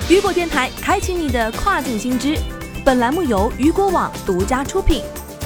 雨果电台，开启你的跨境新知。本栏目由雨果网独家出品。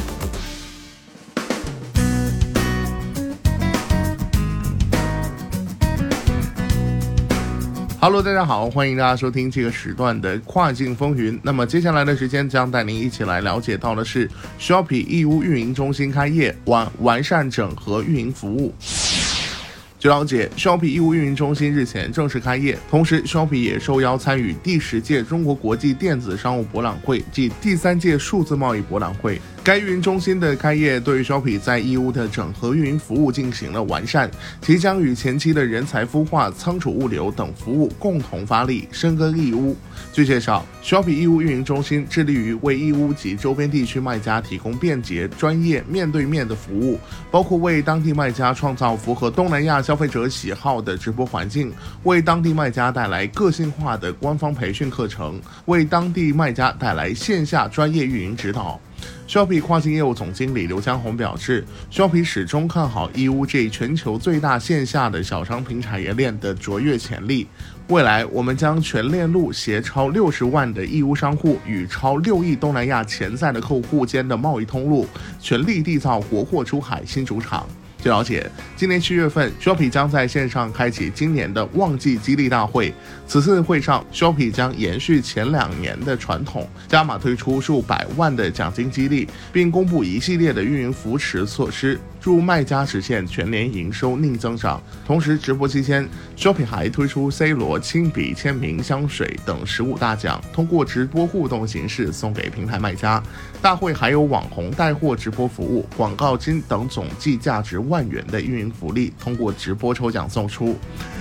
Hello， 大家好，欢迎大家收听这个时段的跨境风云。那么接下来的时间将带您一起来了解到的是 Shopee 义乌运营中心开业，完善整合运营服务。据了解 ，Shopee 义乌运营中心日前正式开业，同时 Shopee 也受邀参与第10届中国国际电子商务博览会暨第3届数字贸易博览会。该运营中心的开业对于 Shopee 在义乌的整合运营服务进行了完善，即将与前期的人才孵化、仓储物流等服务共同发力，深耕义乌。据介绍 ，Shopee 义乌运营中心致力于为义乌及周边地区卖家提供便捷、专业、面对面的服务，包括为当地卖家创造符合东南亚消费者喜好的直播环境，为当地卖家带来个性化的官方培训课程，为当地卖家带来线下专业运营指导。Shopee 跨境业务总经理刘江红表示 ，Shopee 始终看好义乌这全球最大线下的小商品产业链的卓越潜力。未来，我们将全链路携超60万的义乌商户与超6亿东南亚潜在的客户间的贸易通路，全力缔造国货出海新主场。据了解，今年7月份 ，Shopee 将在线上开启今年的旺季激励大会。此次会上 ，Shopee 将延续前2年的传统，加码推出数百万的奖金激励，并公布一系列的运营扶持措施，助卖家实现全年营收逆增长。同时，直播期间 ，Shopee 还推出 C 罗亲笔签名香水等15大奖，通过直播互动形式送给平台卖家。大会还有网红带货直播服务、广告金等总计价值1万元的运营福利，通过直播抽奖送出。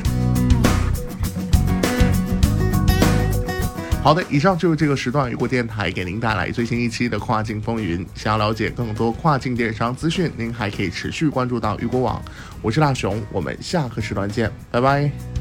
好的，以上就是这个时段雨果电台给您带来最新一期的跨境风云。想要了解更多跨境电商资讯，您还可以持续关注到雨果网。我是大熊，我们下个时段见，拜拜。